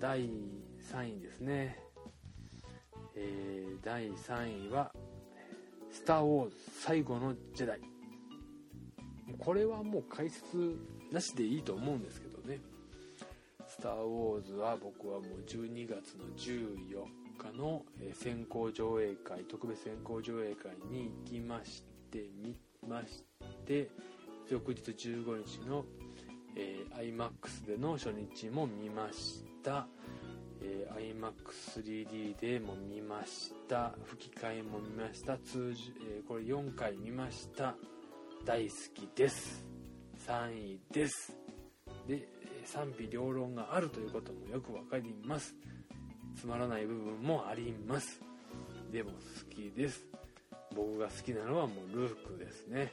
第3位ですね。第3位はスター・ウォーズ最後のジェダイ。これはもう解説なしでいいと思うんですけどね。スター・ウォーズは僕はもう12月の14日の先行上映会、特別先行上映会に行きまして見まして、翌日15日の、IMAX での初日も見ました。IMAX3D でも見ました。吹き替えも見ました。これ4回見ました。大好きです。3位です。で、賛否両論があるということもよくわかります。つまらない部分もあります。でも好きです。僕が好きなのはもうルークですね。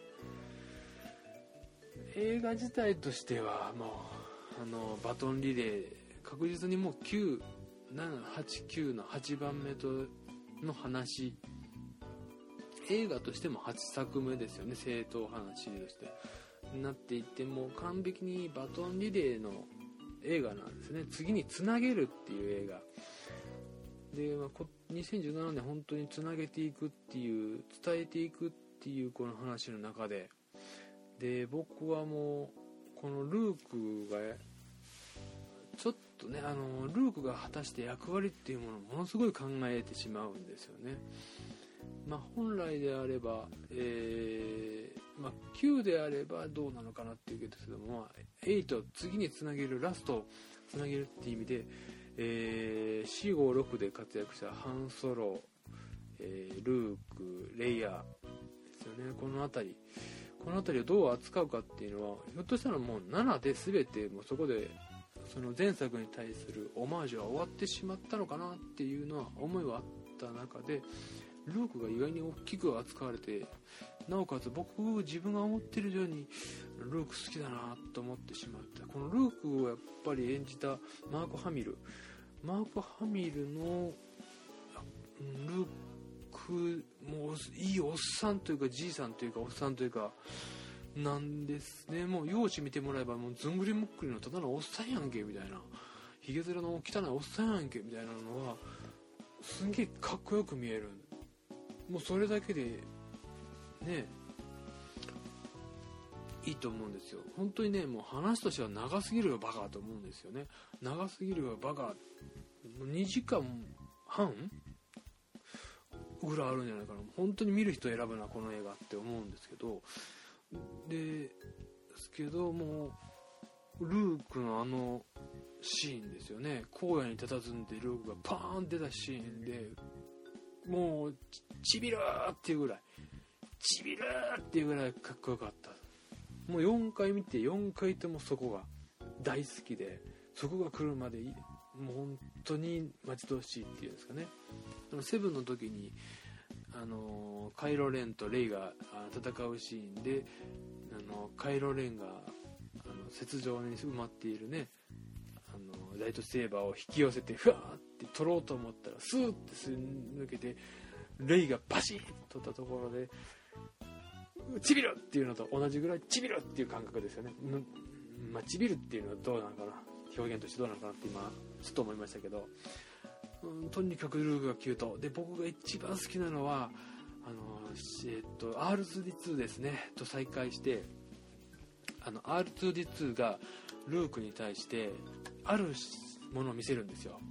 映画自体としてはもうバトンリレー、確実にもう9、7、8、9の8番目との話、映画としても8作目ですよね。正統派なシリーズとしてなっていて、も完璧にバトンリレーの映画なんですね。次につなげるっていう映画で、2017年本当につなげていくっていう、伝えていくっていうこの話の中で、僕はもうこのルークがちょっとね、ルークが果たして役割っていうものをものすごい考えてしまうんですよね。本来であれば、9であればどうなのかなっていうけども、8次につなげる、ラストをつなげるっていう意味で、456で活躍したハンソロ、ルーク、レイヤーですよね。この辺りをどう扱うかっていうのは、ひょっとしたらもう7で全てもうそこでその前作に対するオマージュは終わってしまったのかなっていうのは思いはあった中で、ルークが意外に大きく扱われて、なおかつ自分が思ってるようにルーク好きだなと思ってしまった。このルークをやっぱり演じたマーク・ハミルのルークもういいおっさんというか、じいさんというかおっさんというかなんですね。もう容姿見てもらえばもうずんぐりむっくりのただのおっさんやんけみたいな、ひげ面の汚いおっさんやんけみたいなのはすんげえかっこよく見える。もうそれだけでねいいと思うんですよ。本当にね、もう話としては長すぎるよバカと思うんですよね。長すぎるよバカ、2時間半ぐらいあるんじゃないかな。本当に見る人選ぶなこの映画って思うんですけど、もうルークのシーンですよね。荒野に佇んでルークがパーン出たシーンで、もうちびるーっていうぐらいかっこよかった。もう4回見て4回ともそこが大好きで、そこが来るまでもう本当に待ち遠しいっていうんですかね。セブンの時にカイロレンとレイが戦うシーンで、カイロレンが雪上に埋まっているねライトセーバーを引き寄せてふわーって取ろうと思ったらスーッてすり抜けて、レイがバシッと取ったところでちびるっていうのと同じぐらいちびるっていう感覚ですよね。ちびるっていうのはどうなのかな、表現としてどうなのかなって今ちょっと思いましたけど、とにかくルークがキュートで、僕が一番好きなのはR2D2 ですねと再会して、R2D2 がルークに対してあるものを見せるんですよ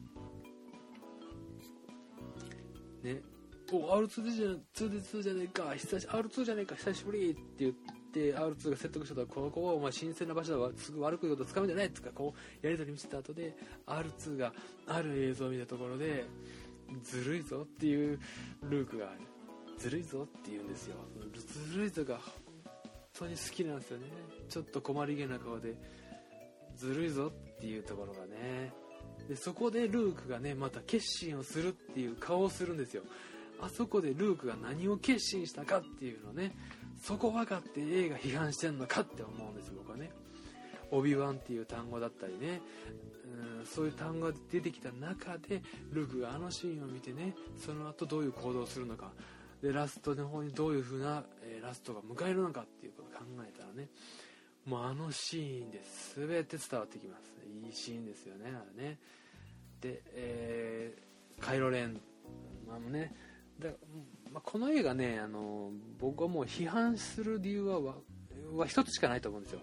ね。R2D2 じゃねえか、R2 じゃねえか久しぶりって言って R2 が説得したら、ここはお前新鮮な場所だわ、すぐ悪く言うことつかめんじゃないとかこうやり取り見せた後で R2 がある映像を見たところで、ずるいぞっていうルークがずるいぞって言うんですよ。ずるいぞが本当に好きなんですよね。ちょっと困りげな顔でずるいぞっていうところがね。でそこでルークがねまた決心をするっていう顔をするんですよ。あそこでルークが何を決心したかっていうのね、そこ分かって映画批判してんのかって思うんです僕はね。オビワンっていう単語だったりね、そういう単語が出てきた中でルークがあのシーンを見てね、その後どういう行動をするのかで、ラストの方にどういう風な、ラストが迎えるのかっていうことを考えたらね、もうあのシーンで全て伝わってきます。いいシーンですよねあれね。 て、カイロレン、ね、この映画ね、僕はもう批判する理由は一つしかないと思うんですよ。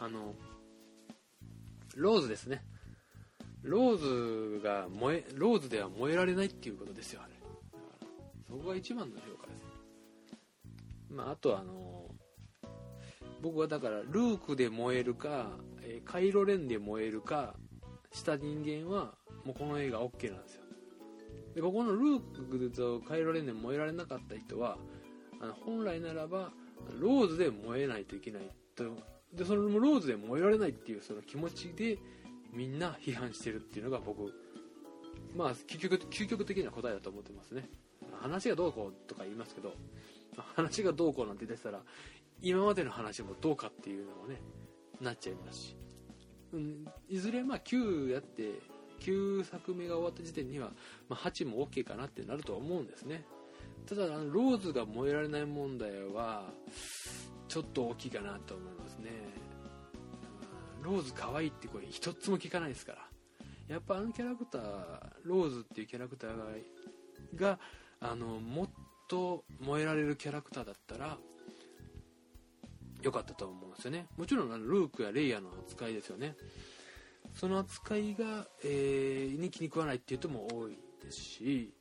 ローズですね。ローズでは燃えられないっていうことですよ、あれ。そこが一番の評価です。あと僕はだからルークで燃えるか、カイロレンで燃えるかした人間はもうこの映画 OK なんですよ。でここのルークとカイロレンで燃えられなかった人は本来ならばローズで燃えないといけないと。でそのローズで燃えられないっていうその気持ちでみんな批判してるっていうのが僕究極的な答えだと思ってますね。話がどうこうとか言いますけど、話がどうこうなんて言ってたら今までの話もどうかっていうのもねなっちゃいますし、いずれ9やって9作目が終わった時点には、8も OK かなってなると思うんですね。ただローズが燃えられない問題はちょっと大きいかなと思いますね。ローズ可愛いって声一つも聞かないですから。やっぱキャラクターローズっていうキャラクターがもっと燃えられるキャラクターだったら良かったと思うんですよね。もちろんルークやレイヤーの扱いですよね。その扱いが、に気に食わないっていう人も多いですし、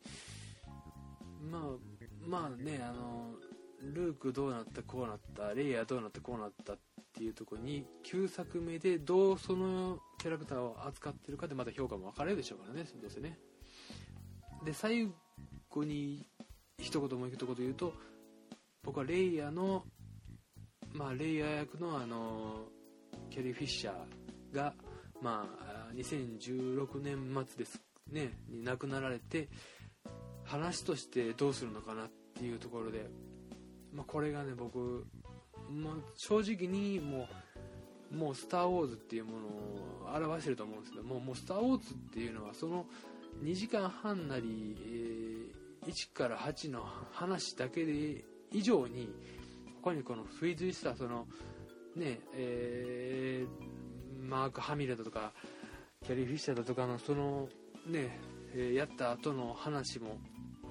ルークどうなったこうなったレイヤーどうなったこうなったっていうところに9作目でどうそのキャラクターを扱ってるかでまた評価も分かれるでしょうからね。どうせね。で最後に一言言うと、僕はレイヤーのレイヤー役のキャリー・フィッシャーが2016年末ですねに亡くなられて、話としてどうするのかなっていうところで、これがね僕正直にもうスター・ウォーズっていうものを表してると思うんですけどもうスター・ウォーズっていうのはその2時間半なり、1から8の話だけで以上にここにこの付随したそのねマーク・ハミルだとかキャリー・フィッシャーだとかのそのねやった後の話も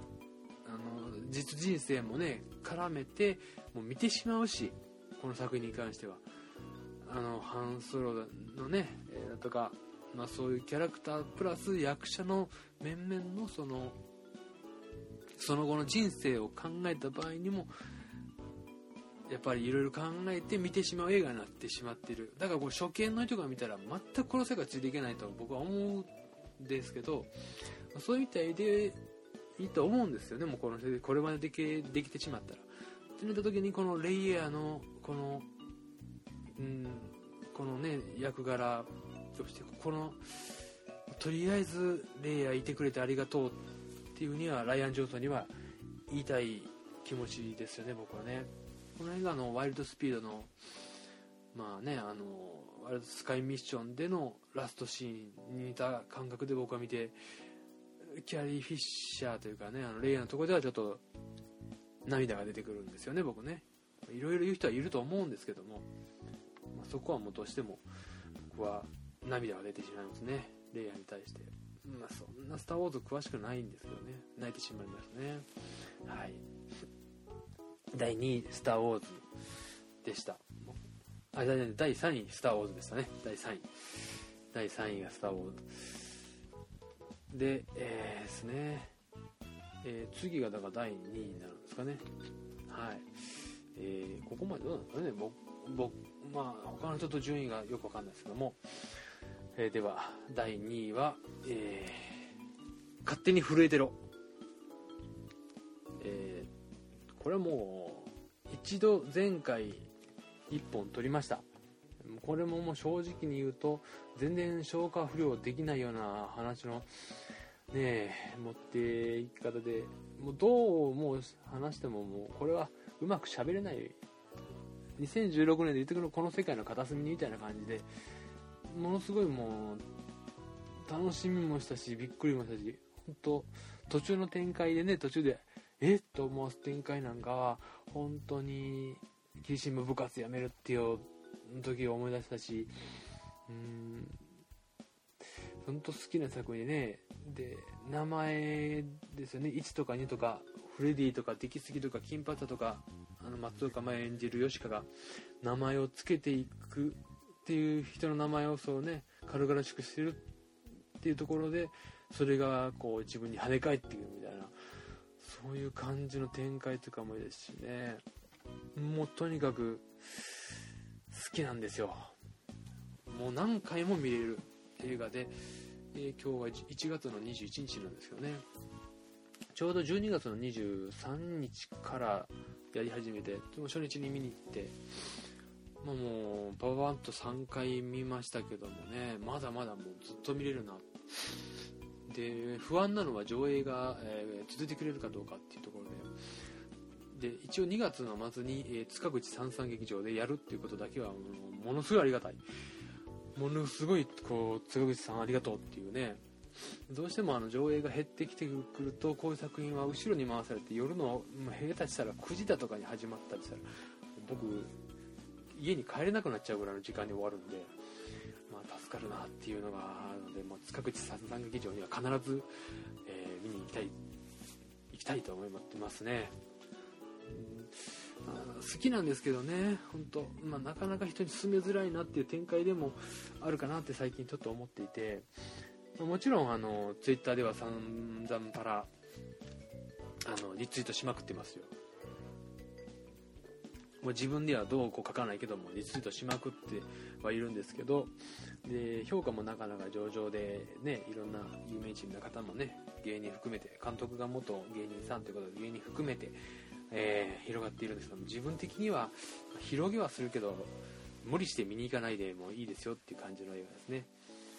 実人生もね絡めてもう見てしまうし、この作品に関してはハンソロのねだとか、そういうキャラクタープラス役者の面々のその後の人生を考えた場合にもやっぱりいろいろ考えて見てしまう映画になってしまっている。だから初見の人が見たら全くこの世界ついていけないと僕は思うんですけど、そういうみたいでいいと思うんですよね。もうこれまでできてしまったらってなった時にこのレイヤーのこのね役柄としてとりあえずレイヤーいてくれてありがとうっていうにはライアン・ジョンソンには言いたい気持ちですよね。僕はねこの映画のワイルドスピードのワイルドスカイミッションでのラストシーンに似た感覚で僕は見て、キャリー・フィッシャーというかねレイヤーのところではちょっと涙が出てくるんですよね。僕ねいろいろ言う人はいると思うんですけども、そこはもうどうしても僕は涙が出てしまいますね、レイヤーに対して。そんなスター・ウォーズ詳しくないんですけどね、泣いてしまいますね。はい、第2位スター・ウォーズでした。第3位スター・ウォーズでしたね。第3位がスター・ウォーズで、ですね、次がだから第2位になるんですかね。はい、ここまでどうなんですかね。僕他の人と順位がよくわかんないですけども、では第2位は、勝手に震えてろ。これはもう一度前回1本取りました。これももう正直に言うと全然消化不良できないような話のね持っていき方で、もうどうもう話してももうこれはうまく喋れない、2016年で言ってくるこの世界の片隅にみたいな感じで、ものすごいもう楽しみもしたしびっくりもしたし、本当途中の展開でね、途中でと思わす展開なんかは本当に霧島部活やめるっていう時を思い出したし、本当好きな作品でね、 で名前ですよね。1とか2とかフレディとか出来すぎとか金髪とか松岡茉優演じるヨシカが名前をつけていくっていう人の名前をそうね軽々しくしてるっていうところで、それがこう自分に跳ね返ってくるみたいな、そういう感じの展開とかもいいですしね。もうとにかく好きなんですよ。もう何回も見れる映画で、今日は1月の21日なんですけどね、ちょうど12月の23日からやり始めて、初日に見に行って、もうババンと3回見ましたけどもね、まだまだもうずっと見れるな。で不安なのは上映が、続いてくれるかどうかっていうところで、一応2月の末に、塚口三々劇場でやるっていうことだけはものすごいありがたい。ものすごいこう塚口さんありがとうっていうね。どうしても上映が減ってきてくると、こういう作品は後ろに回されて夜の下手したら9時だとかに始まったりしたら、僕家に帰れなくなっちゃうぐらいの時間に終わるんで、助かるなっていうのがあるので、塚口三々劇場には必ず、見に行きたいと思ってますね。好きなんですけどね、本当、なかなか人に勧めづらいなっていう展開でもあるかなって最近ちょっと思っていて、もちろんツイッターでは散々パラリツイートしまくってますよ。もう自分ではどうこう書かないけどもリツイートしまくってはいるんですけど、で評価もなかなか上々でね、いろんな有名人の方もね、芸人含めて、監督が元芸人さんということで芸人含めて、広がっているんですけども、自分的には広げはするけど無理して見に行かないでもいいですよっていう感じの映画ですね。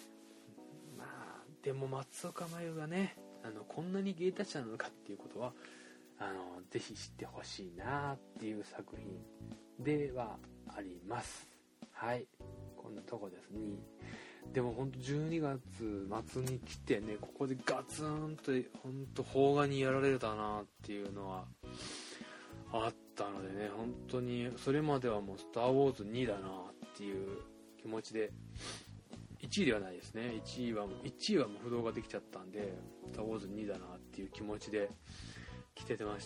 でも松岡茉優がね、こんなに芸達者なのかっていうことはぜひ知ってほしいなっていう作品ではあります。はい、こんなとこですね。でも本当12月末に来てね、ここでガツンと本当邦画にやられたなっていうのはあったのでね、本当にそれまではもうスターウォーズ2だなっていう気持ちで、1位ではないですね。1位はもう不動ができちゃったんで、スターウォーズ2だなっていう気持ちで来てまして、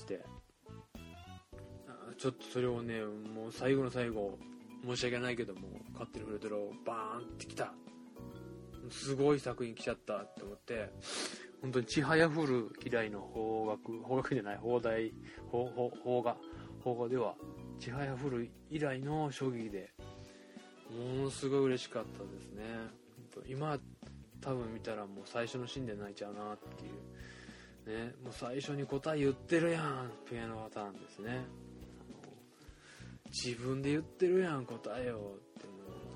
ちょっとそれをね、もう最後の最後申し訳ないけども勝手に触れてるバーンってきた、すごい作品来ちゃったって思って、本当にちはやふる以来の邦画じゃない邦画ではちはやふる以来の衝撃で、ものすごい嬉しかったですね。今多分見たらもう最初のシーンで泣いちゃうなっていうね、もう最初に答え言ってるやん、ピアノパターンですね。自分で言ってるやん答えよって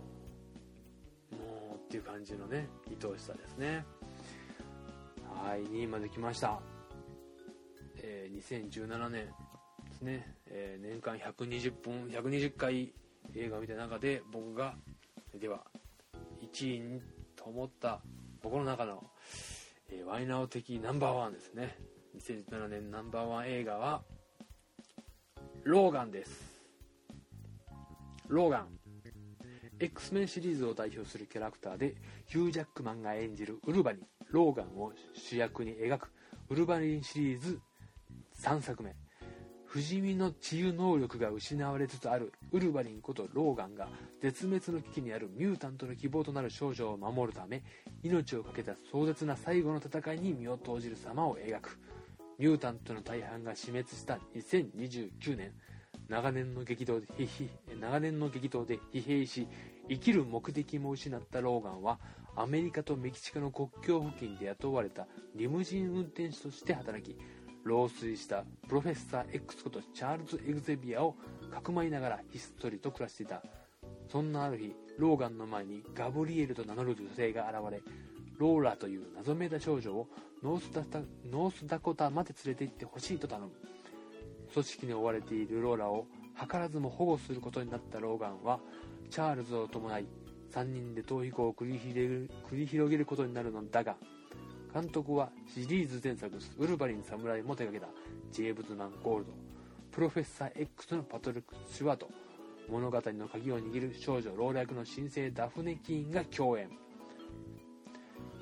もうっていう感じのね、愛おしさですね。はい、2位まで来ました。2017年ですね、年間120回映画を見た中で、僕がでは1位にと思った僕の中の、ワイナオ的ナンバーワンですね。2017年ナンバーワン映画はローガンです。ローガン、 X メンシリーズを代表するキャラクターで、ヒュー・ジャックマンが演じるウルヴァリン・ローガンを主役に描くウルヴァリンシリーズ3作目。不死身の治癒能力が失われつつあるウルヴァリンことローガンが、絶滅の危機にあるミュータントの希望となる少女を守るため、命を懸けた壮絶な最後の戦いに身を投じる様を描く。ミュータントの大半が死滅した2029年、長年の激闘で疲弊し、生きる目的も失ったローガンは、アメリカとメキシコの国境付近で雇われたリムジン運転手として働き、老衰したプロフェッサー X ことチャールズ・エグゼビアをかくまいながらひっそりと暮らしていた。そんなある日、ローガンの前にガブリエルと名乗る女性が現れ、ローラという謎めいた少女をノースダコタまで連れて行ってほしいと頼む。組織に追われているローラを図らずも保護することになったローガンは、チャールズを伴い3人で逃避行を繰り広げることになるのだが、監督はシリーズ前作ウルヴァリン侍も手掛けたジェームズマン・ゴールド、プロフェッサー X のパトリック・スチュワート、物語の鍵を握る少女ローラ役の新星ダフネ・キーンが共演。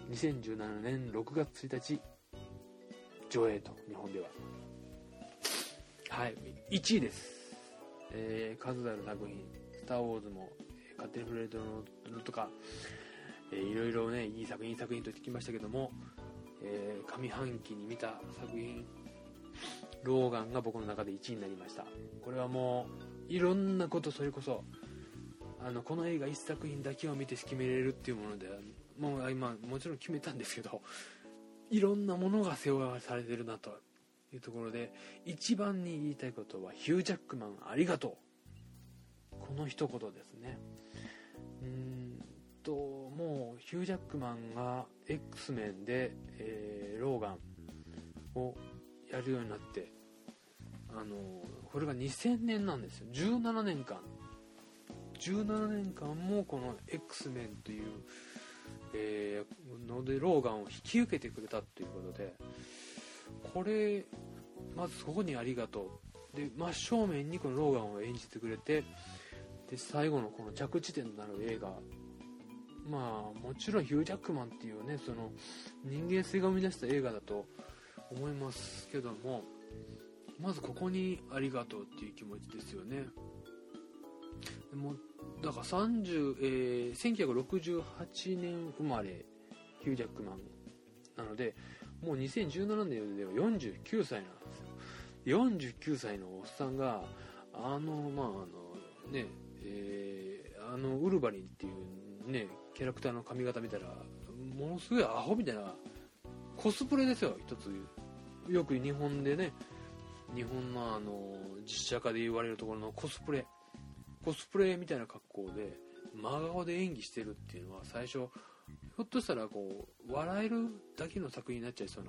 2017年6月1日上映と、日本では。はい、1位です。数ある作品、スターウォーズも勝手に触れるのとか、いろいろね、いい作品と言ってきましたけども、上半期に見た作品、ローガンが僕の中で1位になりました。これはもういろんなこと、それこそこの映画1作品だけを見て決めれるっていうもので、もう今もちろん決めたんですけど、いろんなものが背負わされてるなというところで、一番に言いたいことは、ヒュー・ジャックマンありがとう、この一言ですね。もうヒュー・ジャックマンが X メンで、ローガンをやるようになって、これが2000年なんですよ。17年間もこの X メンという、のでローガンを引き受けてくれたということで、これまずここにありがとうで、真正面にこのローガンを演じてくれて、で最後のこの着地点となる映画、まあもちろんヒュー・ジャックマンっていうね、その人間性が生み出した映画だと思いますけども、まずここにありがとうっていう気持ちですよね。もうだから1968年生まれヒュー・ジャックマンなので、もう2017年では49歳なんですよ。49歳のおっさんがウルヴァリンっていうねキャラクターの髪型見たら、ものすごいアホみたいなコスプレですよ。一つよく日本でね、日本の実写化で言われるところのコスプレみたいな格好で真顔で演技してるっていうのは、最初ひょっとしたらこう笑えるだけの作品になっちゃいそうな、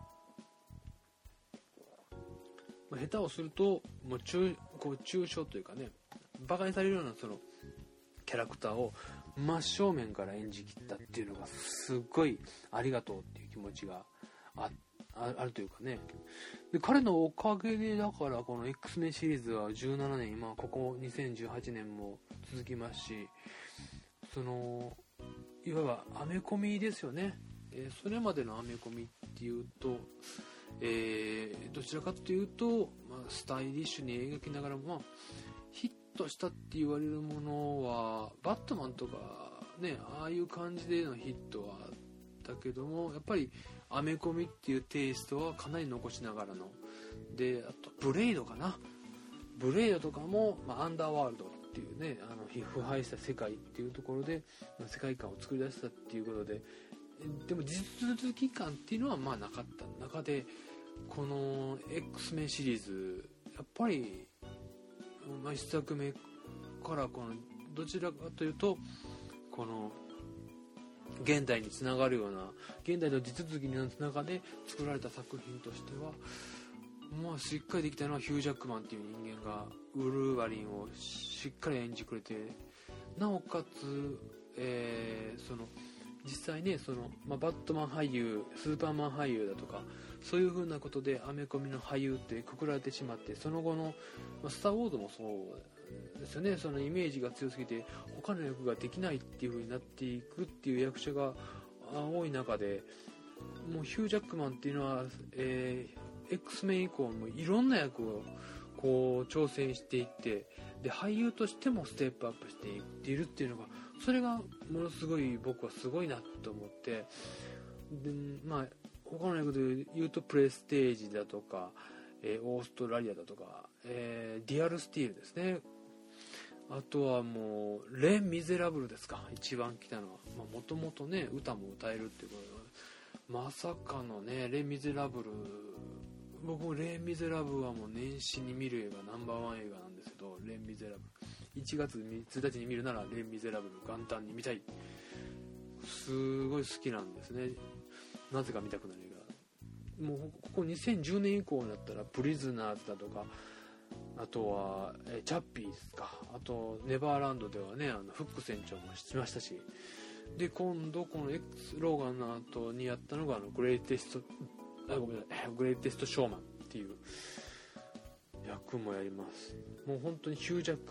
下手をするともう抽象というかね、バカにされるようなそのキャラクターを真正面から演じきったっていうのが、すごいありがとうっていう気持ちがあるというかね。で彼のおかげで、だからこの X メンシリーズは17年、今ここ2018年も続きますし、そのいわばアメコミですよね。それまでのアメコミっていうと、どちらかというと、スタイリッシュに描きながらも、ヒットしたって言われるものはバットマンとかね、ああいう感じでのヒットはあったけども、やっぱりアメコミっていうテイストはかなり残しながらので、あとブレイドかな、ブレイドとかも、アンダーワールドっていうね、腐敗した世界っていうところで、世界観を作り出したっていうことで、でも実続き感っていうのはなかった中で、この X メンシリーズやっぱり、1作目からこのどちらかというとこの現代につながるような、現代の地続きの中で作られた作品としては、しっかりできたのはヒュー・ジャックマンっていう人間がウルヴァリンをしっかり演じてくれて、なおかつ、その実際ね、そのバットマン俳優、スーパーマン俳優だとか、そういう風なことでアメコミの俳優ってくくられてしまって、その後の、スター・ウォーズもそうですよね。そのイメージが強すぎて他の役ができないっていう風になっていくっていう役者が多い中で、もうヒュー・ジャックマンっていうのは、X メン以降もいろんな役をこう挑戦していって、で俳優としてもステップアップしていっているっていうのが、それがものすごい僕はすごいなと思って、で他の役で言うとプレステージだとか、オーストラリアだとか、ディアルスティールですね。あとはもうレ・ミゼラブルですか、一番来たのは。もともとね歌も歌えるっていうことで、まさかのねレ・ミゼラブル、僕もレ・ミゼラブルはもう年始に見る映画ナンバーワン映画なんですけど、レ・ミゼラブル1月1日に見るならレ・ミゼラブル元旦に見たい、すごい好きなんですね。なぜか見たくなる映画、もうここ2010年以降になったらプリズナーズだとか、あとはチャッピーですか、あとネバーランドではねフック船長もしましたし、で今度この X ローガンの後にやったのがグレイテストショーマンっていう役もやります。もう本当にヒュー・ジャック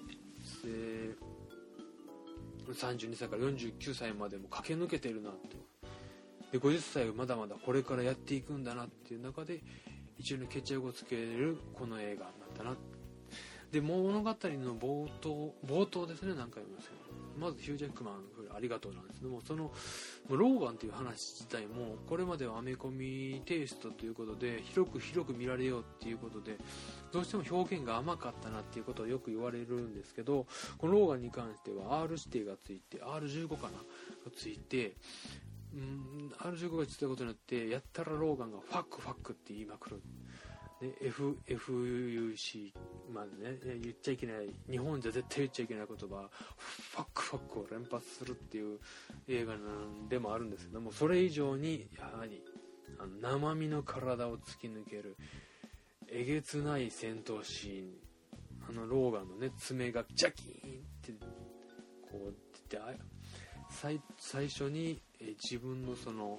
マン、32歳から49歳までも駆け抜けてるなとで50歳がまだまだこれからやっていくんだなっていう中で一応の決着をつけるこの映画になったな。で物語の冒頭ですね、何回も言いますけど、まずヒュージャックマンありがとうなんですけども、そのローガンという話自体もこれまではアメコミテイストということで広く見られようっていうことでどうしても表現が甘かったなっていうことをよく言われるんですけど、このローガンに関しては R 指定がついて R15 かながついて、R15 がついたことによってやったらローガンがファックって言いまくる。FUC までね言っちゃいけない、日本じゃ絶対言っちゃいけない言葉ファックを連発するっていう映画なんでもあるんですけども、それ以上にやはり生身の体を突き抜けるえげつない戦闘シーン、ローガンのね爪がジャキーンってこう出て最初に自分のその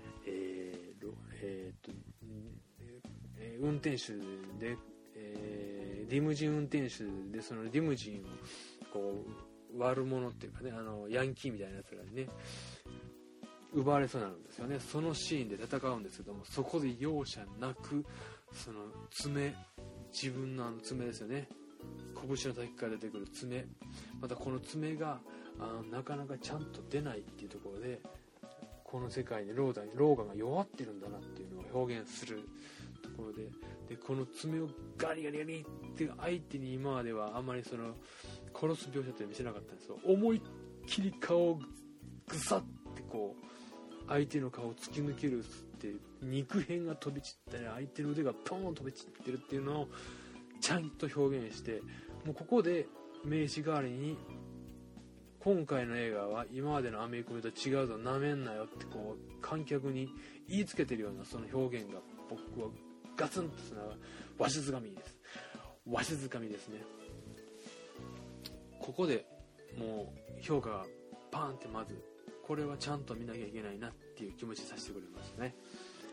運転手で、リムジン運転手でそのリムジンをこう悪者っていうかねヤンキーみたいなやつらにね奪われそうになるんですよね。そのシーンで戦うんですけども、そこで容赦なくその爪、自分の爪ですよね、拳の先から出てくる爪、またこの爪がなかなかちゃんと出ないっていうところでこの世界にローガンが弱ってるんだなっていうのを表現するところで、この爪をガリガリガリって相手に今まではあんまりその殺す描写って見せなかったんですよ。思いっきり顔をグサッてこう相手の顔を突き抜けるって肉片が飛び散ったり相手の腕がポーン飛び散ってるっていうのをちゃんと表現して、もうここで名刺代わりに今回の映画は今までのアメコミと違うぞ、なめんなよってこう観客に言いつけてるようなその表現が僕はガツンとつながるわしづかみです。わしづかみですね。ここでもう評価がパーンってまずこれはちゃんと見なきゃいけないなっていう気持ちさせてくれましたね。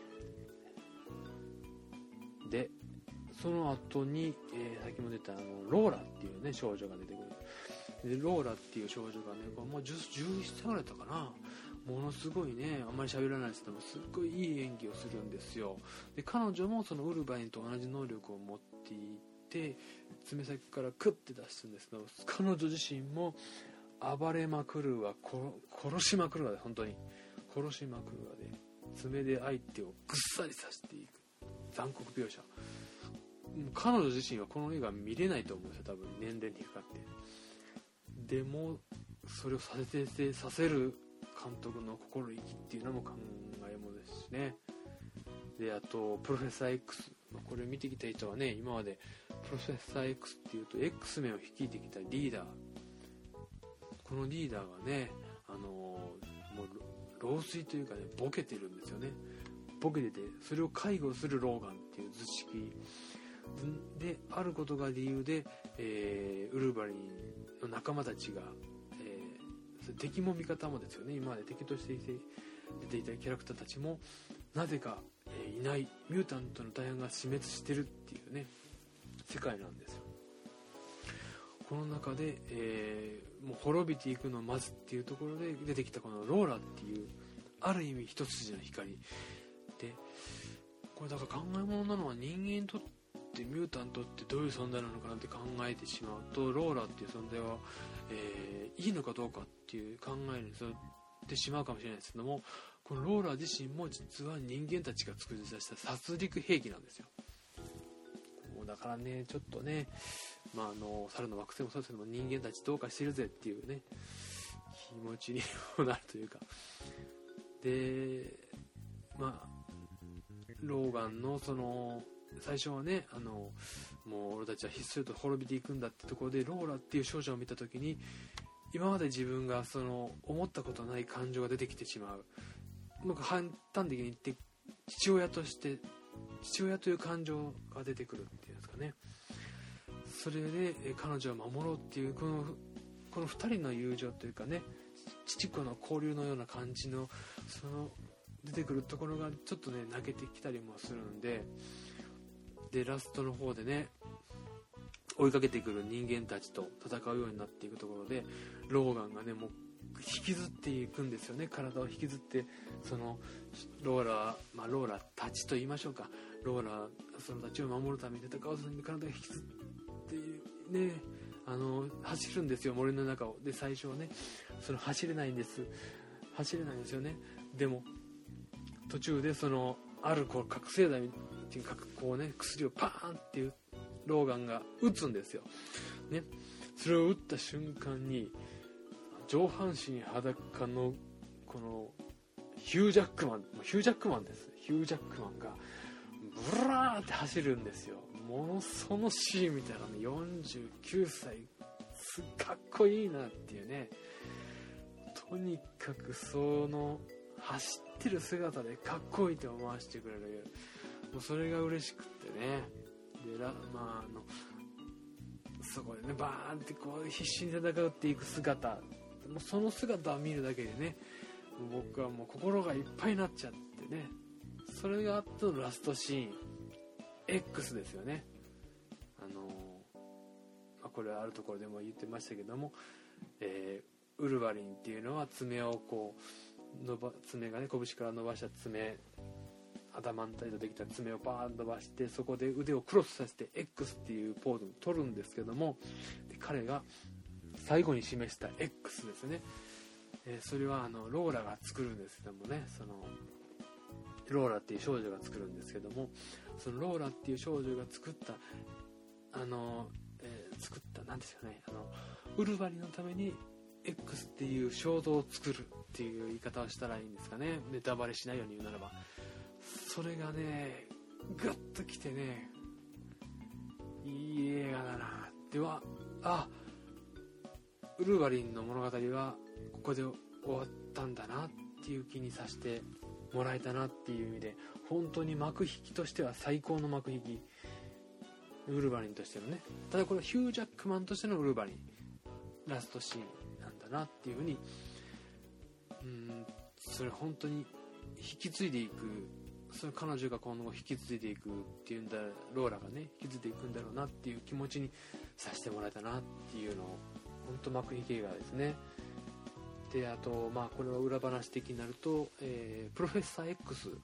でその後に、さっきも出たローラっていうね少女が出てくる。でローラっていう少女がねもう11歳ぐらいだったかな、ものすごいねあんまり喋らないですけどもすっごいいい演技をするんですよ。で彼女もそのウルヴァリンと同じ能力を持っていて爪先からクッて出すんですけど、彼女自身も暴れまくるわ殺しまくるわで本当に殺しまくるわで爪で相手をぐっさり刺していく残酷描写。彼女自身はこの映画見れないと思うんですよ、多分年齢にかかって。でもそれをさせる監督の心意気っていうのも考えものですしね。であとプロフェッサー X、これ見てきた人はね今までプロフェッサー X っていうと X メンを率いてきたリーダー、このリーダーがねもう老衰というかねボケてるんですよね。ボケててそれを介護するローガンっていう図式であることが理由で、ウルヴァリンの仲間たちが、敵も味方もですよね、今まで敵として出ていたキャラクターたちもなぜか、いないミュータントの大半が死滅してるっていうね世界なんですよ。この中で、もう滅びていくのを待つっていうところで出てきたこのローラっていうある意味一筋の光で、これだから考え物なのは人間にとってミュータントってどういう存在なのかなって考えてしまうとローラっていう存在は、いいのかどうかっていう考えに沿ってしまうかもしれないですけども、このローラ自身も実は人間たちが作り出した殺戮兵器なんですよ。だからねちょっとね、猿の惑星もそうですけども人間たちどうかしてるぜっていうね気持ちにもなるというかでローガンのその最初はねもう俺たちはひっそりと滅びていくんだってところでローラっていう少女を見た時に今まで自分がその思ったことない感情が出てきてしまう。なんか簡単的に言って父親という感情が出てくるっていうんですかね。それで彼女を守ろうっていうこの2人の友情というかね父子の交流のような感じのその出てくるところがちょっとね泣けてきたりもするんでラストの方でね追いかけてくる人間たちと戦うようになっていくところでローガンがねもう引きずっていくんですよね。体を引きずって、そのローラたちと言いましょうか、ローラそのたちを守るために戦わずに体を引きずってね、走るんですよ、森の中を。で最初はね、その走れないんですよね。でも途中でそのあるこう覚醒剤っていうかこうね、薬をパーンっていうローガンが撃つんですよね。それを撃った瞬間に上半身裸のこのヒュージャックマンです。ヒュージャックマンがブラーって走るんですよ。そのシーンみたいなね、49歳かっこいいなっていうね。とにかくその走ってる姿でかっこいいと思わせてくれる、もうそれが嬉しくってね。でそこでねバーンってこう必死に戦っていく姿、もうその姿を見るだけでね、僕はもう心がいっぱいになっちゃってね。それがあったのラストシーン X ですよね。これはあるところでも言ってましたけども、ウルヴァリンっていうのは爪をこう爪がね、拳から伸ばした爪、アダマンタイトできた爪をバーン伸ばして、そこで腕をクロスさせて X っていうポーズを取るんですけども、で彼が最後に示した X ですね。それはローラが作るんですけどもね、そのローラっていう少女が作るんですけども、そのローラっていう少女が作ったなんですよね、ウルヴァリンのために X っていう肖像を作るっていう言い方をしたらいいんですかね。ネタバレしないように言うならば、それがねグッときてね、いい映画だな。ではウルヴァリンの物語はここで終わったんだなっていう気にさせてもらえたなっていう意味で、本当に幕引きとしては最高の幕引き、ウルヴァリンとしてのね。ただこれヒュージャックマンとしてのウルヴァリンラストシーンなんだなっていうふうに、それ本当に引き継いでいく、それ彼女が今後引き継いでいくっていうんだ、ローラがね引き継いでいくんだろうなっていう気持ちにさせてもらえたなっていうのを、本当幕引き映画ですね。であとこれは裏話的になると、プロフェッサー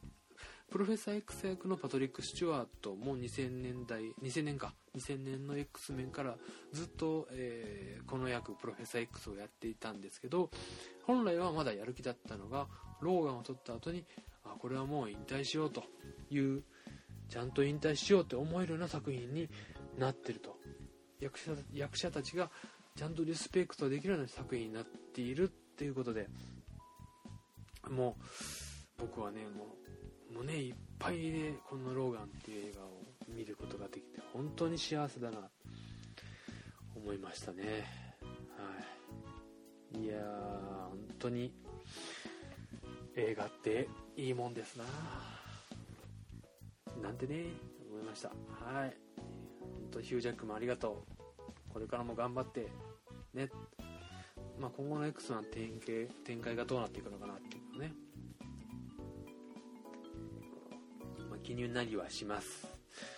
X 役のパトリック・スチュワートも2000年の X メンからずっと、この役プロフェッサー X をやっていたんですけど、本来はまだやる気だったのが、ローガンを取った後にこれはもう引退しようという、ちゃんと引退しようって思えるような作品になってると、役者たちがちゃんとリスペクトできるような作品になっているっていうことで、もう僕はねもうねいっぱいでこのローガンっていう映画を見ることができて本当に幸せだな思いましたね。はい、いやー本当に映画っていいもんですななんてね思いました。はい、本当ヒュージャックもありがとう。これからも頑張ってね。今後の X の展開がどうなっていくのかなっていうのね、気になりはします。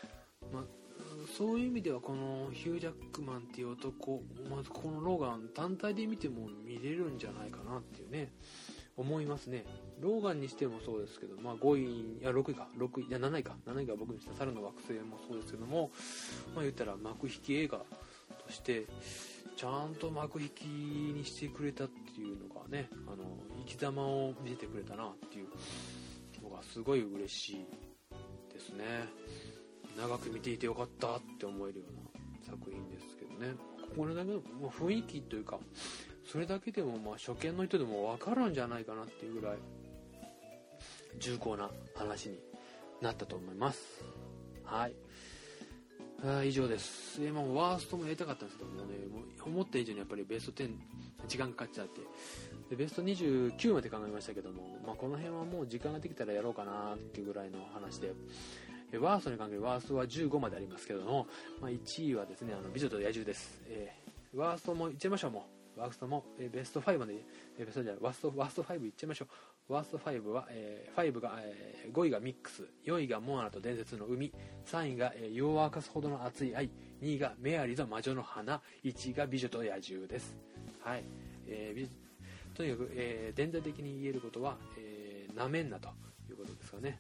そういう意味ではこのヒュージャックマンっていう男、このローガン単体で見ても見れるんじゃないかなっていうね思いますね。ローガンにしてもそうですけど、5位いや6位か6位いや7位か7位が僕にした猿の惑星もそうですけども、言ったら幕引き映画としてちゃんと幕引きにしてくれたっていうのがね、生き様を見せてくれたなっていうのがすごい嬉しいですね。長く見ていてよかったって思えるような作品ですけどね。これだけの雰囲気というか、それだけでも初見の人でも分かるんじゃないかなっていうぐらい重厚な話になったと思います。はい、以上です。ワーストもやりたかったんですけどもね、もう思った以上にやっぱりベスト10時間かかっちゃって、でベスト29まで考えましたけども、この辺はもう時間ができたらやろうかなっていうぐらいの話で、ワーストに関係るワーストは15までありますけども、1位はですね美女と野獣です。ワーストもいっちゃいましょう。もうワーストもベスト5までワースト5いっちゃいましょう。ワースト5は、5が、5位がミックス、4位がモアナと伝説の海、3位が、湯を沸かすほどの熱い愛、2位がメアリーと魔女の花、1位が美女と野獣です。はい、 とにかく、全体的に言えることは、なめんなということですかね。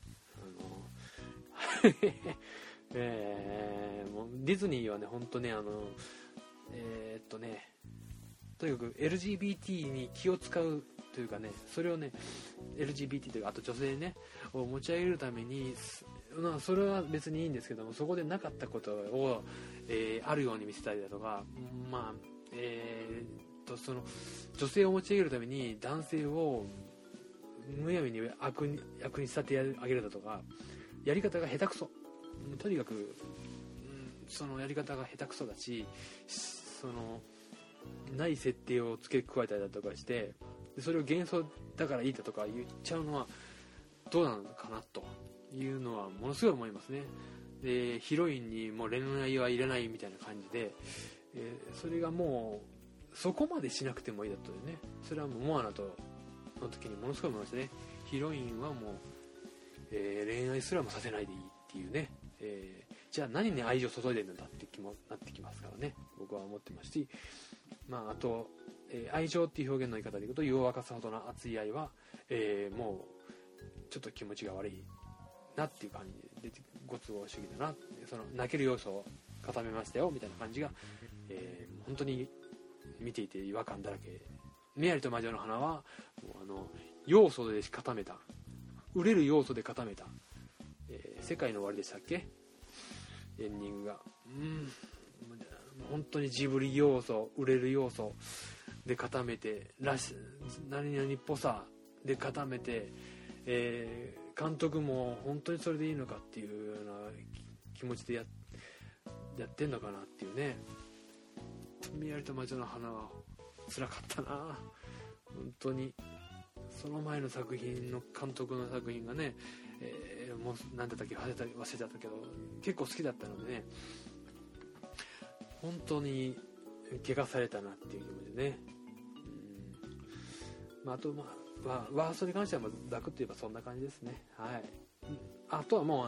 もうディズニーはね本当ねとにかく LGBT に気を使うというかね、それをね LGBT というかあと女性ねを持ち上げるために、それは別にいいんですけども、そこでなかったことを、あるように見せたりだとか、その女性を持ち上げるために男性をむやみに悪に仕立て上げるだとか、やり方が下手くそ、とにかく、そのやり方が下手くそだし、そのない設定を付け加えたりだとかして、それを幻想だからいいだとか言っちゃうのはどうなのかなというのはものすごい思いますね。でヒロインにもう恋愛は入れないみたいな感じで、それがもうそこまでしなくてもいいだとね、それはもうモアナとの時にものすごい思いましたね。ヒロインはもう、恋愛すらもさせないでいいっていうね、じゃあ何に愛情を注いでるんだってなってきますからね、僕は思ってますし、あと、愛情っていう表現の言い方で言うと、湯を沸かすほどの熱い愛は、もうちょっと気持ちが悪いなっていう感じで、ご都合主義だな、その泣ける要素を固めましたよみたいな感じが、本当に見ていて違和感だらけ。メアリと魔女の花はもう要素で固めた、売れる要素で固めた、世界の終わりでしたっけ、エンディングが本当にジブリ要素、売れる要素で固めて、何々っぽさで固めて、監督も本当にそれでいいのかっていうような気持ちでやってんのかなっていうね。メアリと魔女の花は辛かったな本当に。その前の作品の監督の作品がね、もう何だったっけ忘れちゃったけど結構好きだったのでね、本当に怪我されたなっていう気持ちでね。あとワーストに関してはざくっと言えばそんな感じですね。はい。あとはも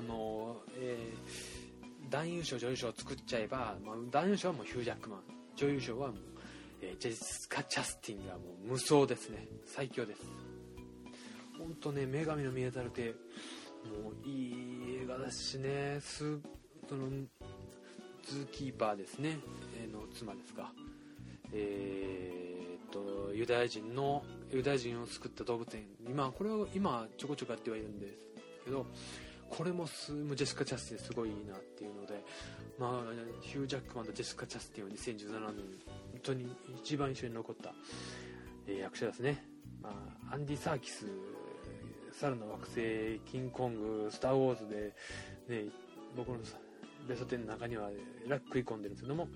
う男優賞女優賞を作っちゃえば、男優賞はもうヒュージャックマン、女優賞はもう、ジェシカ・チャスティンがもう無双ですね。最強です。本当ね、女神の見えたる手、もういい映画だしね。そのズーキーパーですね、の妻ですか、ユダヤ人を救った動物園、これを今ちょこちょこやってはいるんですけど、これもジェシカ・チャスティンすごいいいなっていうので、ヒュージャックマンとジェシカ・チャスティンは2017年本当に一番印象に残った、役者ですね。アンディ・サーキス、猿の惑星、キングコング、スター・ウォーズで、ね、僕のベスト10の中にはえらく食い込んでるんですけども、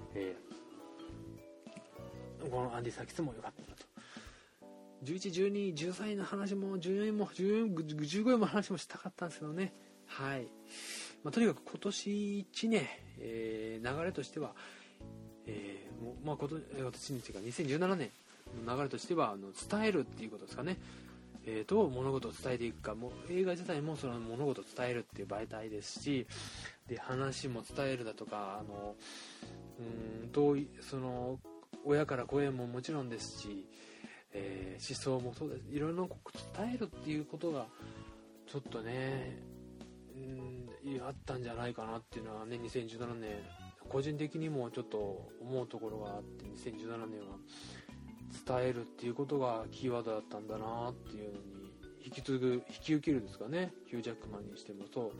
このアンディ・サーキスも良かったなと。11、12、13位の話も14位も15位も話もしたかったんですけどね。はい。とにかく今年1年、流れとしては、今年にというか2017年の流れとしては伝えるっていうことですかね。どう物事を伝えていくか、もう映画自体もその物事を伝えるっていう媒体ですし、で話も伝えるだとか、その親から子へももちろんですし、思想もそうです。いろいろ伝えるっていうことがちょっとね、あったんじゃないかなっていうのはね、2017年個人的にもちょっと思うところがあって、2017年は伝えるっていうことがキーワードだったんだなっていうのに引き受けるですかね。ヒュージャックマンにしてもそう、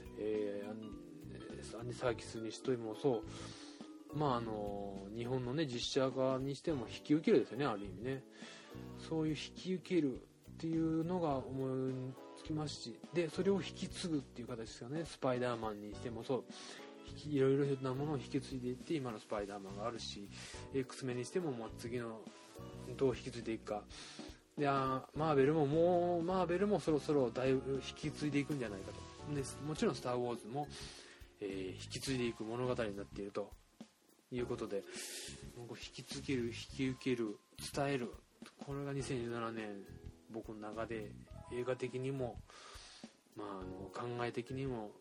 アンディ・サーキスにしてもそう、日本のね実写化にしても引き受けるですよね、ある意味ね。そういう引き受けるっていうのが思いつきますし、でそれを引き継ぐっていう形ですよね。スパイダーマンにしてもそう、いろいろなものを引き継いでいって今のスパイダーマンがあるし、X メンにしても次のどう引き継いでいくかで、マーベルもそろそろだいぶ引き継いでいくんじゃないかと。でもちろんスター・ウォーズも、引き継いでいく物語になっているということで、引き継げる、引き受ける、伝える、これが2017年僕の中で映画的にも、考え的にも、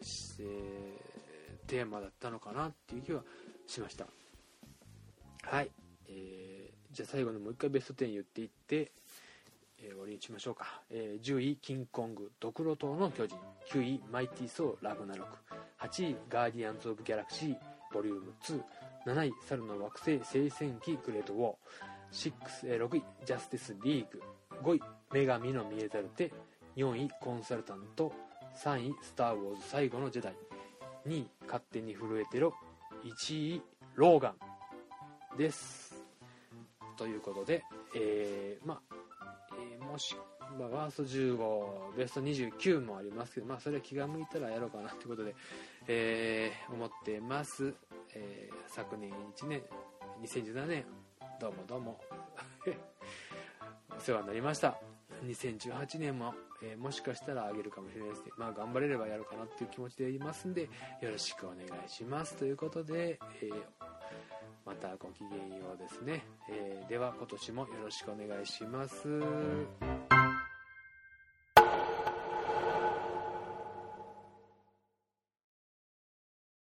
テーマだったのかなっていう気はしました。はい、 じゃあ最後にもう一回ベスト10言っていって、終わりにしましょうか。10位キングコングドクロ島の巨人、9位マイティーソーラグナロク、8位ガーディアンズ・オブ・ギャラクシーボリューム2、7位猿の惑星聖戦記グレートウォー、6位ジャスティスリーグ、5位女神の見えざる手、4位コンサルタント、3位スター・ウォーズ最後のジェダイ、2位勝手に震えてろ、1位ローガンです。ということで、もし、ワースト15ベスト29もありますけど、それは気が向いたらやろうかなということで、思ってます。昨年1年2017年どうもお世話になりました。2018年も、もしかしたらあげるかもしれないですね。頑張れればやるかなっていう気持ちでいますんで、よろしくお願いしますということで、またごきげんようですね。では今年もよろしくお願いします。